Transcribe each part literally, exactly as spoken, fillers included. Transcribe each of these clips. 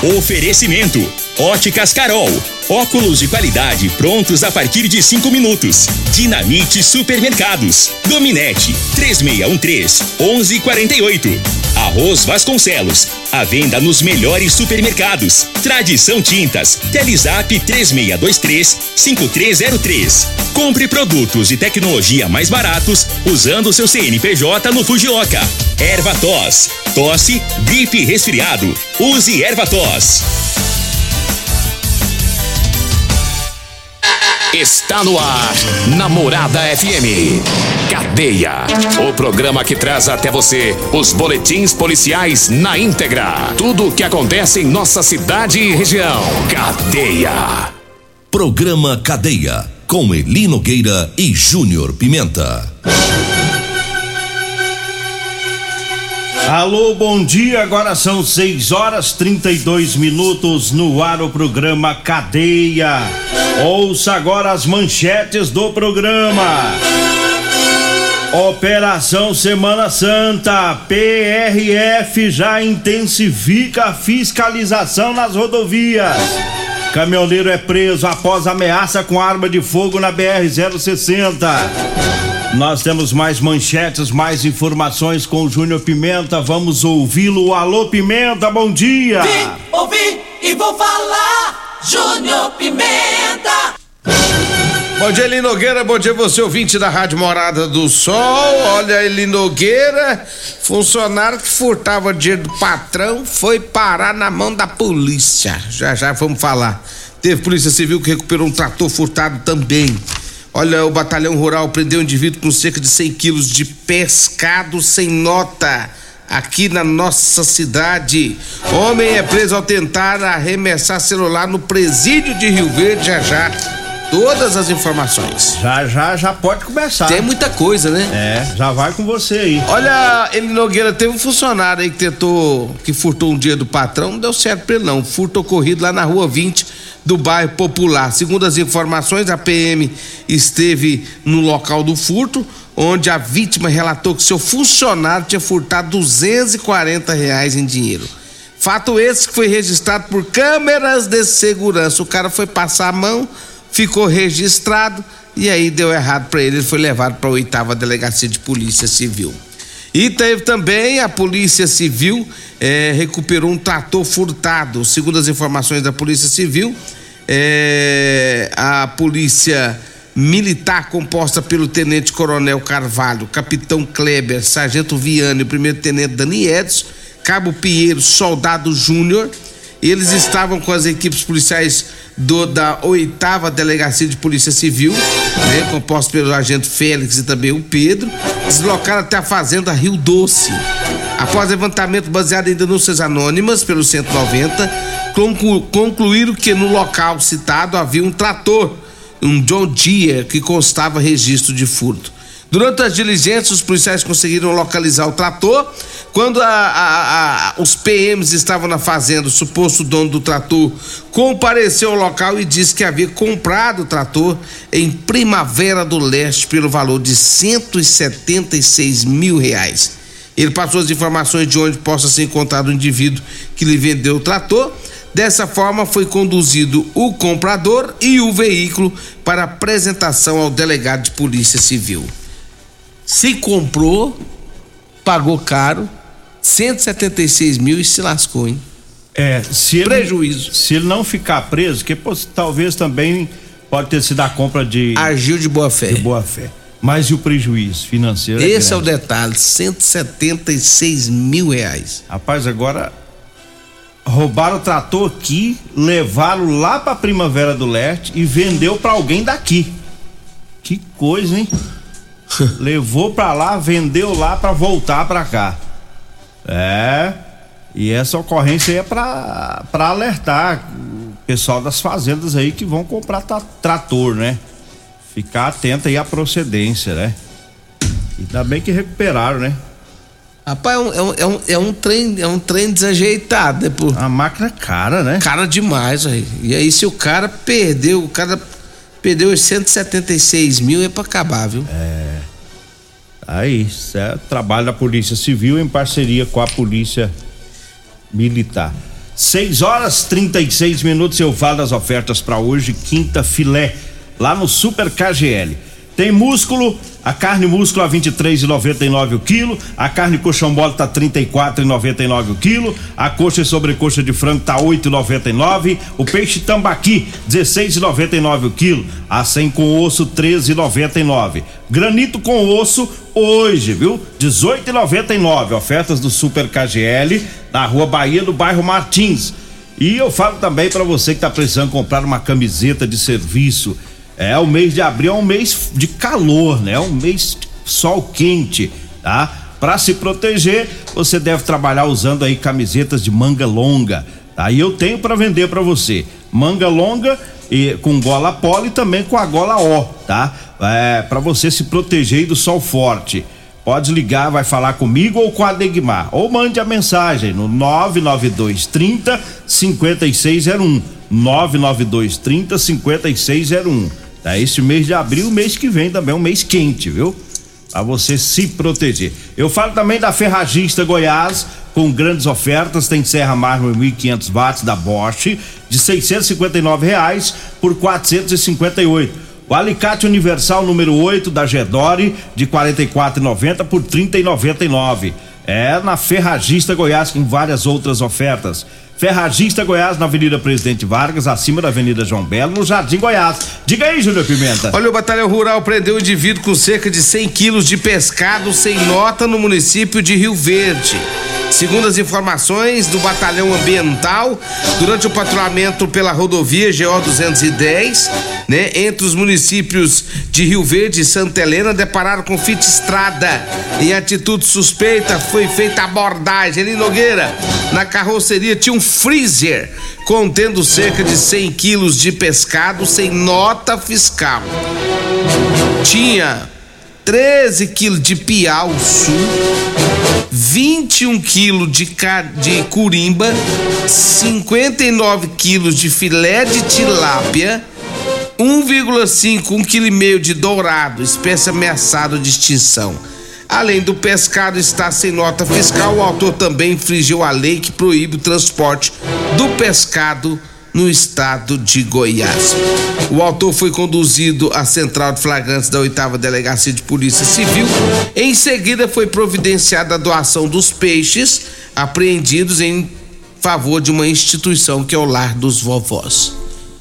Oferecimento: Óticas Carol. Óculos de qualidade prontos a partir de cinco minutos. Dinamite Supermercados. Dominete três seis um três, um um quatro oito. Arroz Vasconcelos. A venda nos melhores supermercados. Tradição Tintas. Telezap três seis dois três, cinco três zero três. Compre produtos e tecnologia mais baratos usando o seu C N P J no Fujioka. Ervatos. Tosse, gripe e resfriado. Use Ervatos. Está no ar, Namorada F M. Cadeia. O programa que traz até você os boletins policiais na íntegra. Tudo o que acontece em nossa cidade e região. Cadeia. Programa Cadeia, com Eli Nogueira e Júnior Pimenta. Alô, bom dia, agora são seis horas trinta e dois minutos, no ar o programa Cadeia. Ouça agora as manchetes do programa. Operação Semana Santa, P R F já intensifica a fiscalização nas rodovias. Caminhoneiro é preso após ameaça com arma de fogo na B R zero sessenta. Nós temos mais manchetes, mais informações com o Júnior Pimenta. Vamos ouvi-lo. Alô, Pimenta, bom dia. Vim, ouvi e vou falar. Júnior Pimenta. Bom dia, Eli Nogueira. Bom dia, você ouvinte da Rádio Morada do Sol. Olha, Eli Nogueira, funcionário que furtava dinheiro do patrão foi parar na mão da polícia. Já já vamos falar. Teve Polícia Civil que recuperou um trator furtado também. Olha, o Batalhão Rural prendeu um indivíduo com cerca de cem quilos de pescado sem nota aqui na nossa cidade. Homem é preso ao tentar arremessar celular no presídio de Rio Verde. Já já, todas as informações. Já já, já pode começar. Tem muita coisa, né? É, já vai com você aí. Olha, Eli Nogueira, teve um funcionário aí que tentou, que furtou um dia do patrão, não deu certo pra ele não. Furto ocorrido lá na rua vinte do bairro Popular. Segundo as informações, a P M esteve no local do furto, onde a vítima relatou que seu funcionário tinha furtado duzentos e quarenta reais em dinheiro. Fato esse que foi registrado por câmeras de segurança. O cara foi passar a mão, ficou registrado e aí deu errado para ele. Ele foi levado para a oitava delegacia de Polícia Civil. E teve também a Polícia Civil eh, recuperou um trator furtado. Segundo as informações da Polícia Civil, eh, a Polícia Militar, composta pelo Tenente Coronel Carvalho, Capitão Kleber, Sargento Viana e o Primeiro Tenente Dani Edson, Cabo Pinheiro, Soldado Júnior, eles estavam com as equipes policiais do, da oitava Delegacia de Polícia Civil, né, composta pelo agente Félix e também o Pedro, deslocaram até a fazenda Rio Doce. Após levantamento baseado em denúncias anônimas pelo cento e noventa, conclu, concluíram que no local citado havia um trator, um John Deere, que constava registro de furto. Durante as diligências, os policiais conseguiram localizar o trator. Quando a, a, a, os P Ms estavam na fazenda, o suposto dono do trator compareceu ao local e disse que havia comprado o trator em Primavera do Leste pelo valor de cento e setenta e seis mil reais. Ele passou as informações de onde possa ser encontrado o indivíduo que lhe vendeu o trator. Dessa forma, foi conduzido o comprador e o veículo para apresentação ao delegado de Polícia Civil. Se comprou, pagou caro, cento e setenta e seis mil e se lascou, hein? É, se ele, prejuízo. Se ele não ficar preso, que pô, talvez também pode ter sido a compra de... Agiu de boa fé. De boa fé. Mas e o prejuízo financeiro? Esse é, é o detalhe, cento e setenta e seis mil reais. Rapaz, agora roubaram o trator aqui, levaram lá pra Primavera do Leste e vendeu pra alguém daqui. Que coisa, hein? Levou pra lá, vendeu lá pra voltar pra cá. É, e essa ocorrência aí é pra, pra alertar o pessoal das fazendas aí que vão comprar tra- trator, né? Ficar atento aí à procedência, né? Ainda bem que recuperaram, né? Rapaz, é um, é um, é um, é um trem, é um trem desajeitado, né? Pô? A máquina é cara, né? Cara demais, aí. E aí, se o cara perdeu, o cara perdeu os cento e setenta e seis mil, é pra acabar, viu? É. Aí, isso é trabalho da Polícia Civil em parceria com a Polícia Militar. seis horas trinta e seis minutos. Eu falo das ofertas para hoje, quinta filé, lá no Super K G L. Tem músculo, a carne músculo a vinte e três reais e noventa e nove centavos o quilo, a carne coxão mole tá trinta e quatro reais e noventa e nove centavos o quilo, a coxa e sobrecoxa de frango tá oito reais e noventa e nove centavos, o peixe tambaqui dezesseis reais e noventa e nove centavos o quilo, a cem com osso treze reais e noventa e nove centavos, granito com osso hoje, viu? dezoito reais e noventa e nove centavos, ofertas do Super K G L na Rua Bahia, no bairro Martins. E eu falo também para você que tá precisando comprar uma camiseta de serviço. É, o mês de abril é um mês de calor, né? É um mês de sol quente, tá? Para se proteger, você deve trabalhar usando aí camisetas de manga longa, tá? E eu tenho para vender para você, manga longa e com gola polo e também com a gola O, tá? É, para você se proteger aí do sol forte. Pode ligar, vai falar comigo ou com a Degmar, ou mande a mensagem no nove nove dois trinta cinquenta e seis zero um, nove nove dois trinta cinquenta e seis zero um. Tá, esse mês de abril, mês que vem também é um mês quente, viu? Pra você se proteger. Eu falo também da Ferragista Goiás, com grandes ofertas. Tem serra mármore mil e quinhentos watts da Bosch de seiscentos e cinquenta e nove reais por quatrocentos e cinquenta e oito. O alicate universal número oito da Gedore de quarenta e quatro reais e noventa centavos por trinta e noventa e nove. É na Ferragista Goiás, com várias outras ofertas. Ferragista Goiás, na Avenida Presidente Vargas, acima da Avenida João Belo, no Jardim Goiás. Diga aí, Júnior Pimenta. Olha, o Batalhão Rural prendeu um indivíduo com cerca de cem quilos de pescado sem nota no município de Rio Verde. Segundo as informações do Batalhão Ambiental, durante o patrulhamento pela rodovia G O duzentos e dez, né, entre os municípios de Rio Verde e Santa Helena, depararam com fita estrada. Em atitude suspeita, foi feita abordagem. Ali, Nogueira, na carroceria tinha um freezer contendo cerca de cem quilos de pescado sem nota fiscal. Tinha treze quilos de piau sul, vinte e um quilos de, de curimba, cinquenta e nove quilos de filé de tilápia, um vírgula cinco, um quilo e meio de dourado, espécie ameaçada de extinção. Além do pescado estar sem nota fiscal, o autor também infringiu a lei que proíbe o transporte do pescado no estado de Goiás. O autor foi conduzido à central de flagrantes da oitava Delegacia de Polícia Civil. Em seguida foi providenciada a doação dos peixes apreendidos em favor de uma instituição que é o Lar dos Vovós.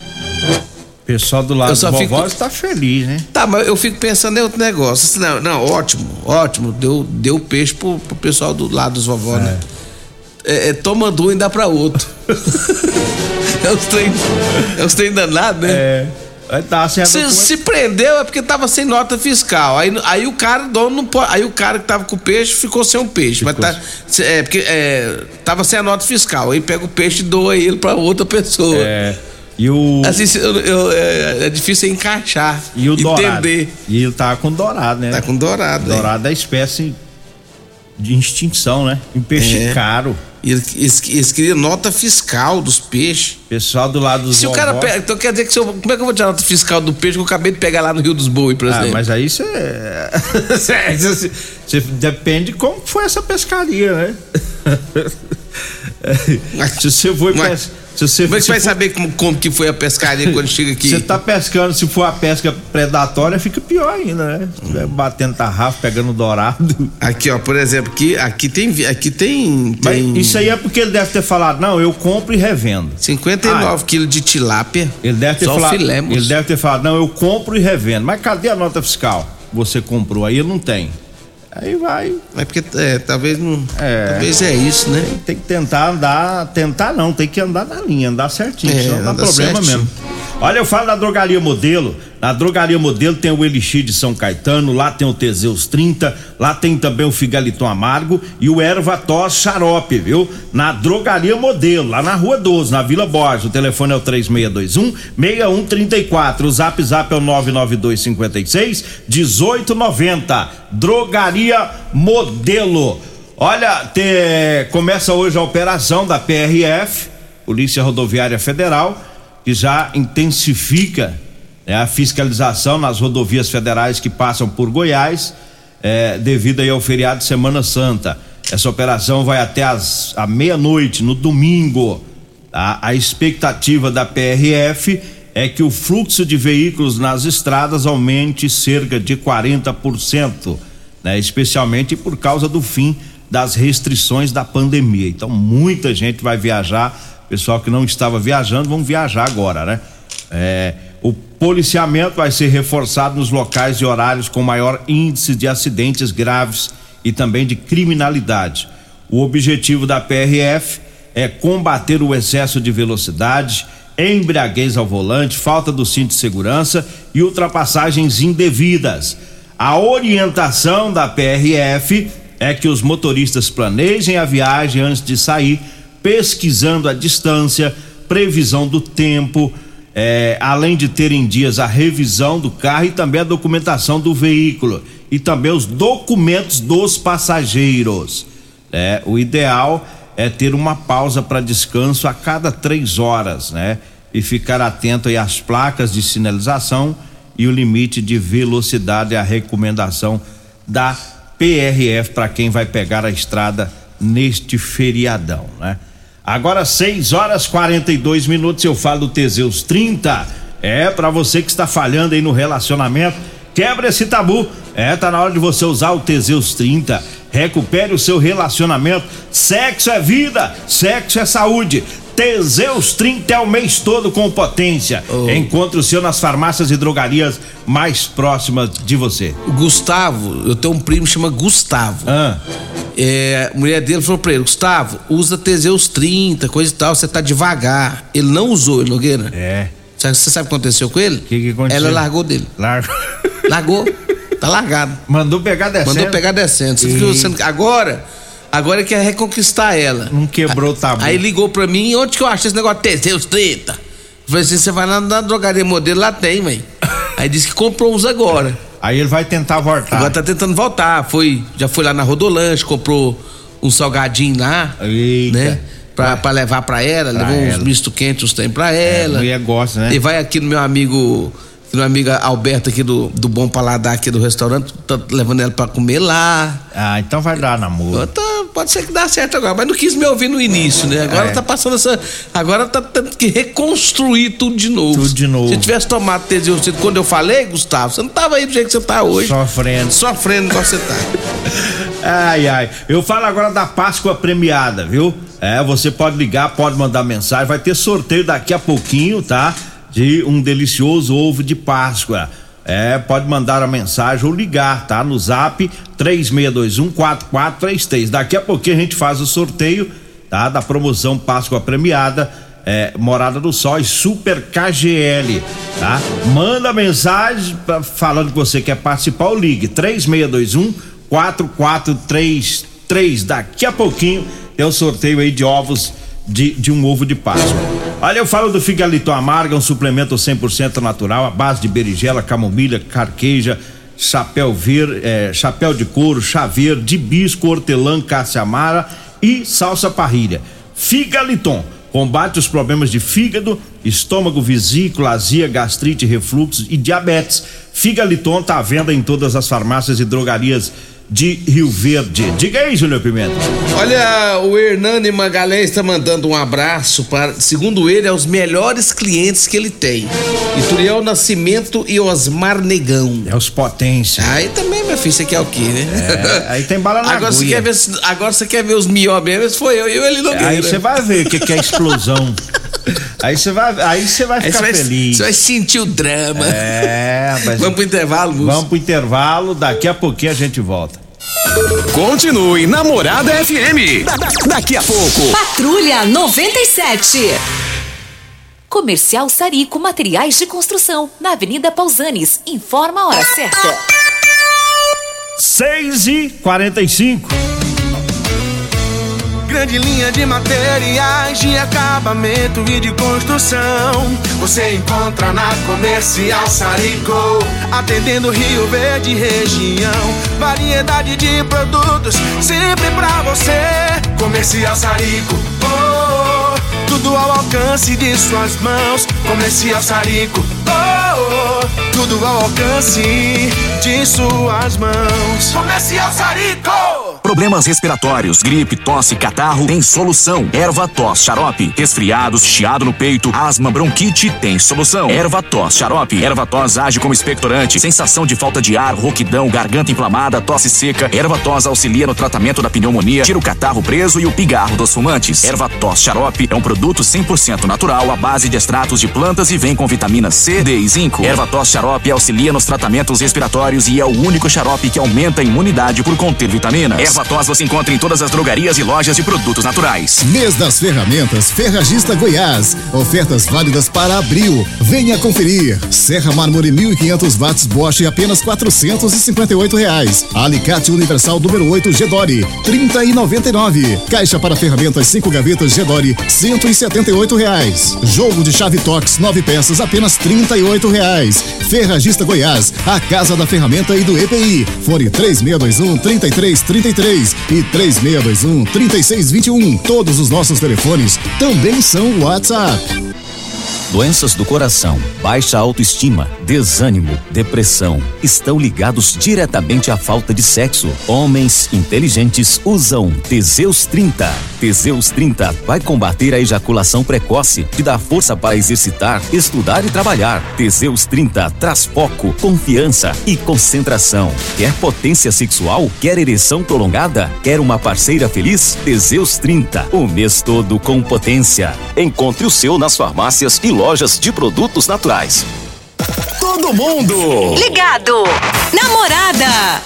O pessoal do Lar dos Vovós tá feliz, né? Tá, mas eu fico pensando em outro negócio. Não, não, ótimo, ótimo. Deu, deu peixe pro, pro pessoal do Lar dos Vovós, é. né? É, é, toma um e dá pra outro. É os trem, é os trem danados, né? É. Tá, se, se prendeu é porque tava sem nota fiscal. Aí, aí o cara, dono não pode, aí o cara que tava com o peixe ficou sem um peixe. Ficou. Mas tá, é, porque é, tava sem a nota fiscal. Aí pega o peixe e doa ele pra outra pessoa. É. E o. Assim, eu, eu, é, é difícil encaixar. E o entender. Dourado. E ele tá com dourado, né? Tá com dourado. Dourado é espécie de extinção, né? Em peixe é. caro. E eles, eles queriam nota fiscal dos peixes. Pessoal do lado dos Se vovós. O cara pega, então quer dizer que se eu, como é que eu vou tirar nota fiscal do peixe que eu acabei de pegar lá no Rio dos Boi, por exemplo? Ah, mas aí você. Você depende de como foi essa pescaria, né? Se você foi mas, se você, como é que você vai for... saber como, como que foi a pescaria quando chega aqui? Você tá pescando, se for a pesca predatória, fica pior ainda, né? Hum. Batendo tarrafo, pegando dourado. Aqui, ó, por exemplo, aqui, aqui tem. Aqui tem, Mas tem... isso aí é porque ele deve ter falado, não, eu compro e revendo. cinquenta e nove quilos de tilápia. Ele deve ter só falado. Filé, ele deve ter falado, não, eu compro e revendo. Mas cadê a nota fiscal? Você comprou, aí ele não tem. Aí vai. É porque é, talvez não. É, talvez é isso, né? Tem, tem que tentar andar. Tentar não, tem que andar na linha, andar certinho, é, senão dá problema certinho. mesmo. Olha, eu falo da Drogaria Modelo. Na Drogaria Modelo tem o Elixir de São Caetano, lá tem o Teseus trinta, lá tem também o Figaliton Amargo e o Ervatos Xarope, viu? Na Drogaria Modelo, lá na Rua doze, na Vila Borges. O telefone é o três seis dois um, seis um três quatro. O zap zap é o nove nove dois cinco seis, um oito nove zero. Drogaria Modelo. Olha, te, começa hoje a operação da P R F, Polícia Rodoviária Federal, que já intensifica, né, a fiscalização nas rodovias federais que passam por Goiás, é, devido aí ao feriado de Semana Santa. Essa operação vai até as, a meia-noite, no domingo, A, a expectativa da P R F é que o fluxo de veículos nas estradas aumente cerca de quarenta por cento, né? Especialmente por causa do fim das restrições da pandemia. Então muita gente vai viajar, pessoal que não estava viajando vão viajar agora, né? É, o policiamento vai ser reforçado nos locais e horários com maior índice de acidentes graves e também de criminalidade. O objetivo da P R F é combater o excesso de velocidade, embriaguez ao volante, falta do cinto de segurança e ultrapassagens indevidas. A orientação da P R F é que os motoristas planejem a viagem antes de sair, pesquisando a distância, previsão do tempo, é, além de ter em dias a revisão do carro e também a documentação do veículo e também os documentos dos passageiros. É, o ideal é ter uma pausa para descanso a cada três horas, né? E ficar atento aí às placas de sinalização e o limite de velocidade, a recomendação da P R F para quem vai pegar a estrada neste feriadão, né? Agora seis horas e quarenta e dois minutos, eu falo do Teseus trinta. É para você que está falhando aí no relacionamento, quebra esse tabu. É, tá na hora de você usar o Teseus trinta. Recupere o seu relacionamento. Sexo é vida, sexo é saúde. Teseus trinta é o mês todo com potência. Oh. Encontre o seu nas farmácias e drogarias mais próximas de você. O Gustavo, eu tenho um primo que chama Gustavo. Ah. É, a mulher dele falou pra ele: Gustavo, usa Teseus trinta, coisa e tal, você tá devagar. Ele não usou, Nogueira. É. Você sabe o que aconteceu com ele? O que, que aconteceu? Ela largou dele. Largou. Largou. Tá largado. Mandou pegar descendo. Mandou pegar descendo. Você viu, você, agora, agora ele quer reconquistar ela. Não quebrou o tabu. Aí ligou pra mim: onde que eu achei esse negócio de Teseus trinta? Eu falei assim: você vai lá na drogaria modelo, lá tem, mãe. Aí disse que comprou uns agora. Aí ele vai tentar voltar. Agora tá tentando voltar. Foi, já foi lá na Rodolanche, comprou um salgadinho lá. Eita. Né? Pra, pra levar pra ela, pra levou ela. Uns misto quente, uns tem pra ela. É, mulher gosta, né? E vai aqui no meu amigo, meu amigo Alberto aqui do, do Bom Paladar aqui do restaurante, tá levando ela pra comer lá. Ah, então vai dar namoro. Tá, pode ser que dá certo agora, mas não quis me ouvir no início, né? Agora é. tá passando essa, agora tá tendo que reconstruir tudo de novo. Tudo de novo. Se tivesse tomado Teseus quando eu falei, Gustavo, você não tava aí do jeito que você tá hoje. Sofrendo. Sofrendo igual você tá. Ai, ai. Eu falo agora da Páscoa premiada, viu? É, você pode ligar, pode mandar mensagem, vai ter sorteio daqui a pouquinho, tá? De um delicioso ovo de Páscoa. É, pode mandar a mensagem ou ligar, tá? No zap três seis dois um quatro quatro três três. Daqui a pouquinho a gente faz o sorteio, tá? Da promoção Páscoa premiada, é, Morada do Sol e Super K G L, tá? Manda mensagem pra, falando que você quer participar ou ligue três seis dois um quatro quatro três três. Daqui a pouquinho é o sorteio aí de ovos de, de um ovo de Páscoa. Olha, eu falo do Figaliton Amarga, um suplemento cem por cento natural, à base de berinjela, camomilha, carqueja, chapéu verde, é, chapéu de couro, chá verde, hibisco, hortelã, caça-amara e salsa parrilha. Figaliton combate os problemas de fígado, estômago, vesícula, azia, gastrite, refluxo e diabetes. Figaliton tá à venda em todas as farmácias e drogarias de Rio Verde. Diga aí, Júnior Pimenta. Olha, o Hernani Magalhães está mandando um abraço para, segundo ele, é os melhores clientes que ele tem. Ituriel Nascimento e Osmar Negão. É os potência. Aí também, meu filho, você quer o quê, né? É, aí tem bala na agora agulha. Você quer ver, agora você quer ver os mió mesmo? Foi eu e ele não. Aí você vai ver o que, que é explosão. Aí você vai, aí você vai ficar vai, feliz. Você vai sentir o drama. É, mas vamos pro intervalo, Lúcio? Vamos pro intervalo, daqui a pouquinho a gente volta. Continue na Morada F M. Da, da, daqui a pouco. Patrulha noventa e sete. Comercial Sarico Materiais de Construção, na Avenida Pausanes. Informa a hora certa. seis e quarenta e cinco. Grande linha de materiais de acabamento e de construção. Você encontra na Comercial Sarico, atendendo Rio Verde e região. Variedade de produtos, sempre pra você. Comercial Sarico, oh, oh, tudo ao alcance de suas mãos. Comercial Sarico, oh, oh, tudo ao alcance de suas mãos. Comercial Sarico. Problemas respiratórios, gripe, tosse, catarro, tem solução. Erva-tos Xarope. Resfriados, chiado no peito, asma, bronquite, tem solução. Erva-tos Xarope. Erva-tos age como expectorante, sensação de falta de ar, rouquidão, garganta inflamada, tosse seca. Erva-tos auxilia no tratamento da pneumonia, tira o catarro preso e o pigarro dos fumantes. Erva-tos Xarope é um produto cem por cento natural à base de extratos de plantas e vem com vitamina C, D e zinco. Erva-tos Xarope auxilia nos tratamentos respiratórios e é o único xarope que aumenta a imunidade por conter vitaminas. Erva-tos você encontra em todas as drogarias e lojas de produtos naturais. Mês das Ferramentas Ferragista Goiás. Ofertas válidas para abril. Venha conferir. Serra Mármore mil e quinhentos watts Bosch apenas quatrocentos e cinquenta e oito reais. Alicate Universal número oito Gedore trinta e noventa e nove. Caixa para ferramentas cinco gavetas Gedore cento e setenta e oito reais. Jogo de chave Tox nove peças apenas trinta e oito reais. Ferragista Goiás, a casa da ferramenta e do E P I. Fone três seis dois um, três três três três e três seis dois um, três seis dois um. Todos os nossos telefones também são WhatsApp. Doenças do coração, baixa autoestima, desânimo, depressão estão ligados diretamente à falta de sexo. Homens inteligentes usam Teseus trinta. Teseus trinta vai combater a ejaculação precoce, te dá força para exercitar, estudar e trabalhar. Teseus trinta traz foco, confiança e concentração. Quer potência sexual? Quer ereção prolongada? Quer uma parceira feliz? Teseus trinta, o mês todo com potência. Encontre o seu nas farmácias e lojas de produtos naturais. Todo mundo ligado. Namorada.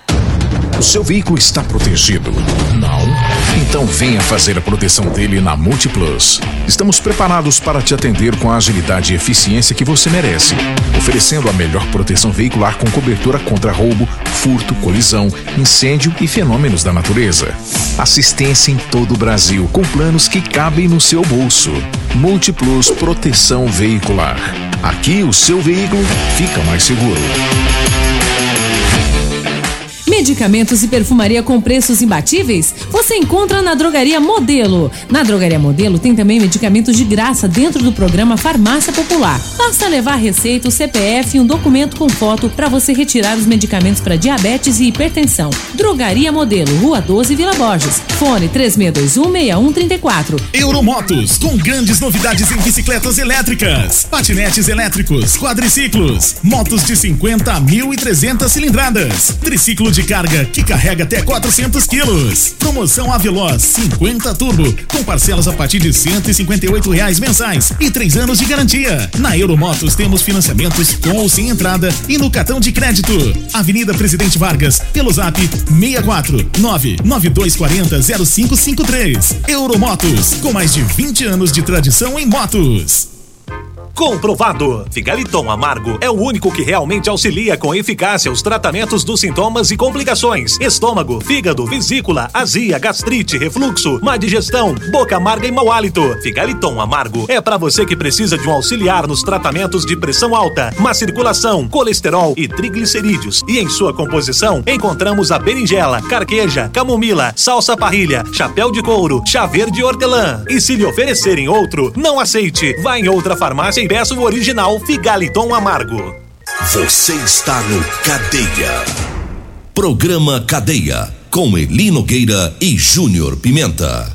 O seu veículo está protegido? Não? Então venha fazer a proteção dele na Multiplus. Estamos preparados para te atender com a agilidade e eficiência que você merece, oferecendo a melhor proteção veicular com cobertura contra roubo, furto, colisão, incêndio e fenômenos da natureza. Assistência em todo o Brasil, com planos que cabem no seu bolso. Múltiplos Proteção Veicular. Aqui o seu veículo fica mais seguro. Medicamentos e perfumaria com preços imbatíveis? Você encontra na Drogaria Modelo. Na Drogaria Modelo tem também medicamentos de graça dentro do programa Farmácia Popular. Basta levar receita, o C P F e um documento com foto para você retirar os medicamentos para diabetes e hipertensão. Drogaria Modelo, Rua doze, Vila Borges. Fone três seis dois um, seis um três quatro. Euromotos, com grandes novidades em bicicletas elétricas, patinetes elétricos, quadriciclos, motos de cinquenta a mil e trezentas cilindradas, triciclo de carga que carrega até quatrocentos quilos. Promoção Aveloz cinquenta Turbo, com parcelas a partir de cento e cinquenta e oito reais mensais e três anos de garantia. Na Euromotos temos financiamentos com ou sem entrada e no cartão de crédito. Avenida Presidente Vargas, pelo zap seis quatro nove nove dois quatro zero zero cinco cinco três. Euromotos, com mais de vinte anos de tradição em motos. Comprovado. Figaliton Amargo é o único que realmente auxilia com eficácia os tratamentos dos sintomas e complicações: estômago, fígado, vesícula, azia, gastrite, refluxo, má digestão, boca amarga e mau hálito. Figaliton Amargo é para você que precisa de um auxiliar nos tratamentos de pressão alta, má circulação, colesterol e triglicerídeos. E em sua composição encontramos a berinjela, carqueja, camomila, salsa parrilha, chapéu de couro, chá verde e hortelã. E se lhe oferecerem outro, não aceite. Vá em outra farmácia e peça o original Figaliton Amargo. Você está no Cadeia. Programa Cadeia, com Eli Nogueira e Júnior Pimenta.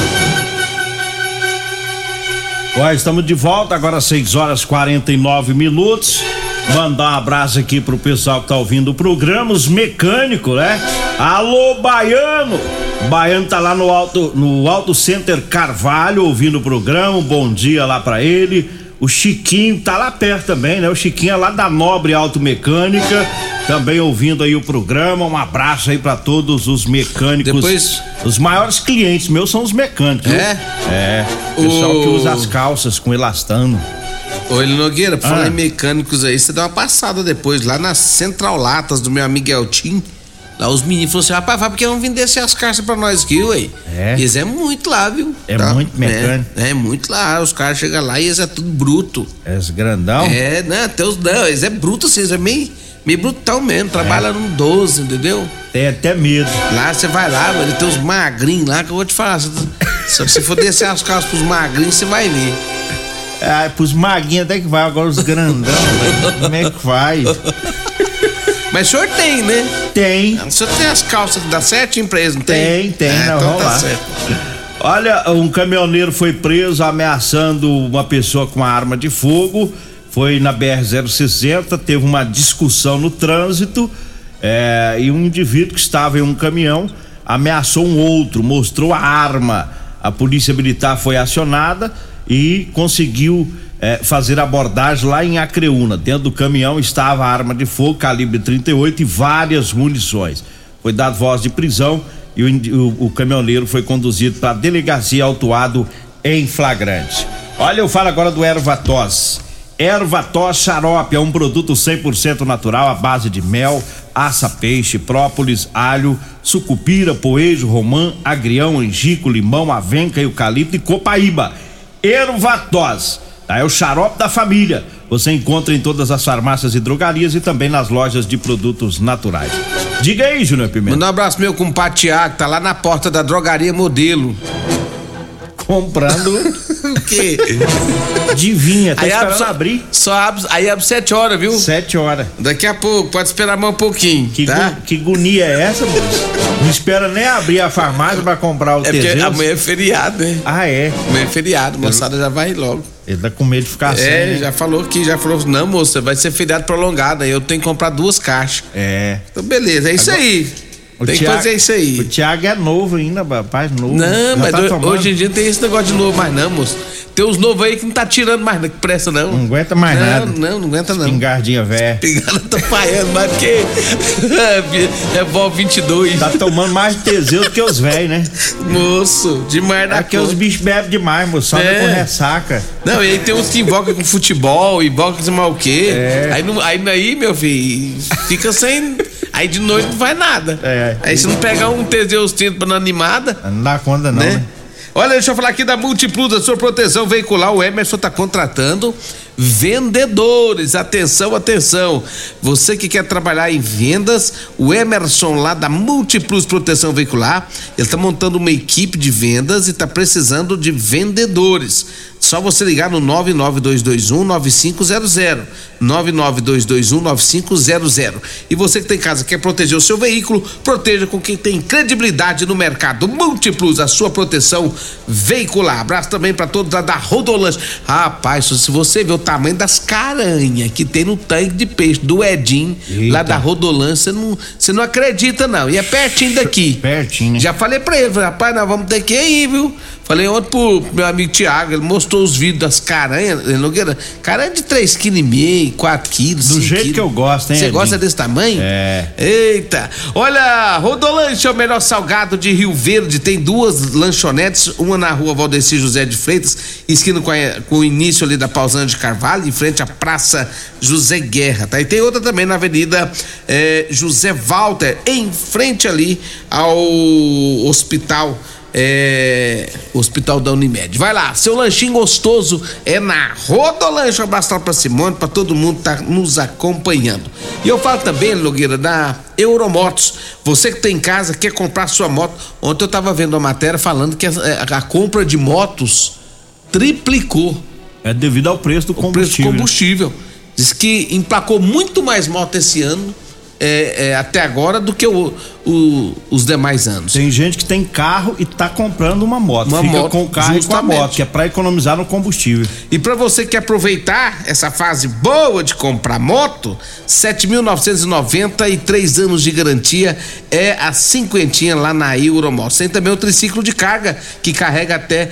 Ué, estamos de volta, agora seis horas e quarenta e nove minutos. Mandar um abraço aqui pro pessoal que tá ouvindo o programa, os mecânicos, né? Alô, Baiano! O Baiano tá lá no Auto, no Auto Center Carvalho ouvindo o programa. Um bom dia lá pra ele. O Chiquinho tá lá perto também, né? O Chiquinho é lá da Nobre Automecânica, também ouvindo aí o programa. Um abraço aí pra todos os mecânicos. Depois... Os maiores clientes meus são os mecânicos. É? Viu? É. O pessoal o... que usa as calças com elastano. Ô, Eli Nogueira, pra ah. falar em mecânicos aí, você dá uma passada depois lá na Central Latas do meu amigo Eltim. Lá os meninos falaram assim: rapaz, vai porque vão vender essas caixas pra nós aqui, ué. É. Eles é muito lá, viu? É tá? muito mecânico. É, é muito lá. Os caras chegam lá e eles é tudo bruto. É os grandão? É, não, até os não, eles é bruto assim, eles é meio, meio brutão mesmo. Trabalha é. no doze, entendeu? Tem até medo. Lá você vai lá, mano, tem uns magrinhos lá que eu vou te falar. Se você for descer as calças pros magrinhos, você vai ver. Ah, pros maguinhos até que vai, agora os grandão, velho. Como é que vai? Mas o senhor tem, né? Tem. O senhor tem as calças que dá certo, empresa, não Tem, tem? tem, é, não, então vamos tá lá. certo. Olha, um caminhoneiro foi preso ameaçando uma pessoa com uma arma de fogo. Foi na B R zero sessenta, teve uma discussão no trânsito é, e um indivíduo que estava em um caminhão ameaçou um outro, mostrou a arma. A polícia militar foi acionada e conseguiu é, fazer abordagem lá em Acreúna. Dentro do caminhão estava a arma de fogo calibre trinta e oito e várias munições. Foi dado voz de prisão e o, o, o caminhoneiro foi conduzido para a delegacia, autuado em flagrante. Olha, eu falo agora do Ervatos. Ervatos Xarope é um produto cem por cento natural à base de mel, aça-peixe, própolis, alho, sucupira, poejo, romã, agrião, angico, limão, avenca, eucalipto e copaíba. Ervatos, tá? É o xarope da família. Você encontra em todas as farmácias e drogarias e também nas lojas de produtos naturais. Diga aí, Júnior Pimenta. Manda um abraço meu compadre Tiago, tá lá na porta da drogaria Modelo. Comprando o quê? Divinha, tá aí esperando só, abrir. Só abre, aí abre sete horas, viu? Sete horas. Daqui a pouco, pode esperar mais um pouquinho, que tá? Gu, que agonia é essa, moço? Não espera nem abrir a farmácia pra comprar o é Teseus. Porque amanhã é feriado, né? Ah, é? Amanhã é feriado, a moçada já vai logo. Ele tá com medo de ficar sem. É, né? já falou que, já falou, não, moça, vai ser feriado prolongado, aí eu tenho que comprar duas caixas. É. Então, beleza, é isso Agora, aí. O Tem Thiago, que fazer isso aí. O Thiago é novo ainda, rapaz, novo. Não, mas tá do, tomando. hoje em dia não tem esse negócio de novo mais não, moço. Tem uns novos aí que não tá tirando mais, que presta não. Não aguenta mais não, nada. Não, não aguenta não. Pingardinha velha. Pingada tá paiando mais do que é Vol vinte e dois. Tá tomando mais Teseus do que os velhos, né? Moço, demais da É que os bichos bebem demais, moço, só é. com ressaca. Não, e aí tem uns que invocam com futebol, invocam com sei lá o quê. É. Aí, não, aí, aí, meu filho, fica sem... Aí de noite não faz nada. É. Aí se não pegar um Teseus trinta pra não animada... Não dá conta não, né? né? Olha, deixa eu falar aqui da Multiplus, a sua proteção veicular. O Emerson tá contratando vendedores. Atenção, atenção. Você que quer trabalhar em vendas, o Emerson lá da Multiplus Proteção Veicular, ele tá montando uma equipe de vendas e tá precisando de vendedores. Só você ligar no nove nove dois dois um nove cinco zero zero. nove nove dois dois um nove cinco zero zero. E você que tem casa, quer proteger o seu veículo, proteja com quem tem credibilidade no mercado. Multiplus, a sua proteção veicular. Abraço também para todos da, da Rodolanche. Rapaz, se você vê o tamanho das caranhas que tem no tanque de peixe do Edinho, Eita. lá da Rodolanche, você não, você não acredita não. E é pertinho daqui. Pertinho, né? Já falei pra ele, rapaz, nós vamos ter que ir, viu? Falei ontem pro meu amigo Tiago, ele mostrou os vídeos das caranhas, Nogueira, caranha de três vírgula cinco quilos, quatro quilos, do jeito quilos. que eu gosto, hein? Você Edinho? gosta desse tamanho? É. Eita! Olha, Rodolanche é o melhor salgado de Rio Verde, tem duas lanchonetes, uma na rua Valdeci José de Freitas, esquina com, a, com o início ali da Pausana de Carvalho, em frente à Praça José Guerra, tá? E tem outra também na Avenida eh, José Walter, em frente ali ao hospital É, Hospital da Unimed. Vai lá, seu lanchinho gostoso é na Rodolanche. Um abraço pra Simone, pra todo mundo que tá nos acompanhando. E eu falo também, Nogueira, da Euromotos. Você que tem em casa, quer comprar sua moto. Ontem eu tava vendo uma matéria falando que a, a compra de motos triplicou. É devido ao preço do combustível. O preço do combustível. Né? Diz que emplacou muito mais moto esse ano. É, é, até agora do que o, o, os demais anos. Tem gente que tem carro e tá comprando uma moto. Uma Fica moto, com o carro justamente. e com a moto, que é pra economizar no combustível. E pra você que aproveitar essa fase boa de comprar moto, sete mil novecentos e noventa e três anos de garantia é a cinquentinha lá na Euromotos. Tem também o triciclo de carga que carrega até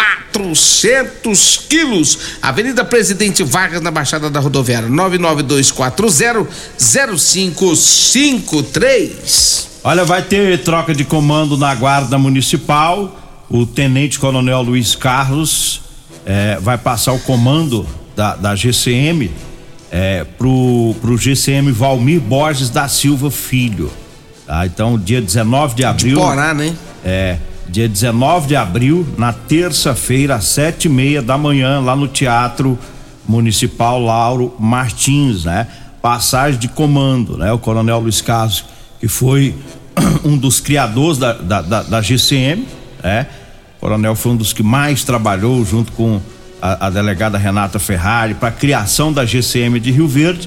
quatrocentos quilos. Avenida Presidente Vargas, na Baixada da Rodoviária, nove nove dois quatro zero zero cinco cinco três. Olha, vai ter troca de comando na Guarda Municipal. O Tenente Coronel Luiz Carlos eh, vai passar o comando da, da G C M eh, pro, pro G C M Valmir Borges da Silva Filho. Tá? Então, dia dezenove de abril. De Porá, né? É. Dia dezenove de abril, na terça-feira, às sete e meia da manhã, lá no Teatro Municipal Lauro Martins, né? Passagem de comando, né? O Coronel Luiz Carlos, que foi um dos criadores da, da, da, da G C M, né? O Coronel foi um dos que mais trabalhou junto com a, a delegada Renata Ferrari para a criação da G C M de Rio Verde.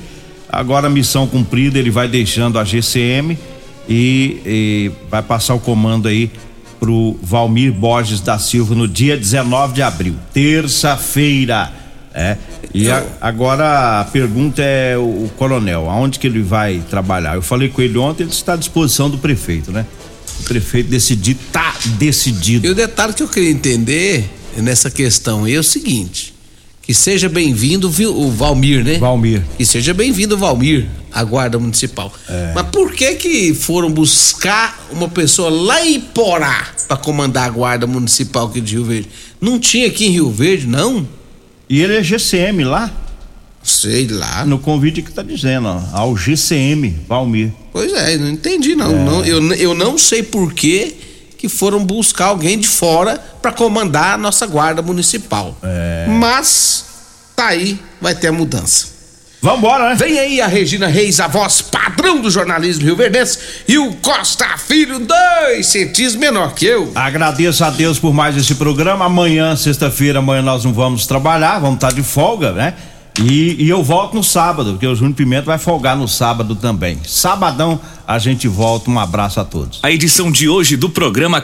Agora, missão cumprida, ele vai deixando a G C M e, e vai passar o comando aí pro Valmir Borges da Silva no dia dezenove de abril, terça-feira. É. E a, agora a pergunta é o, o coronel, aonde que ele vai trabalhar? Eu falei com ele ontem, ele está à disposição do prefeito, né? O prefeito decidir, tá decidido. E o detalhe que eu queria entender nessa questão é o seguinte: que seja bem-vindo o Valmir, né? Valmir. Que seja bem-vindo o Valmir, a guarda municipal. É. Mas por que que foram buscar uma pessoa lá em Iporá para comandar a guarda municipal aqui de Rio Verde? Não tinha aqui em Rio Verde, não? E ele é G C M lá? Sei lá. No convite que tá dizendo, ó, ao G C M, Valmir. Pois é, não entendi não. É. não eu, eu não sei por que que foram buscar alguém de fora para comandar a nossa guarda municipal. É. Mas tá aí, vai ter a mudança. Vambora, né? Vem aí a Regina Reis, a voz padrão do jornalismo rioverdense, e o Costa Filho, dois centímetros menor que eu. Agradeço a Deus por mais esse programa. Amanhã, sexta-feira, amanhã nós não vamos trabalhar, vamos estar de folga, né? E, e eu volto no sábado, porque o Júnior Pimenta vai folgar no sábado também. Sabadão a gente volta, um abraço a todos. A edição de hoje do programa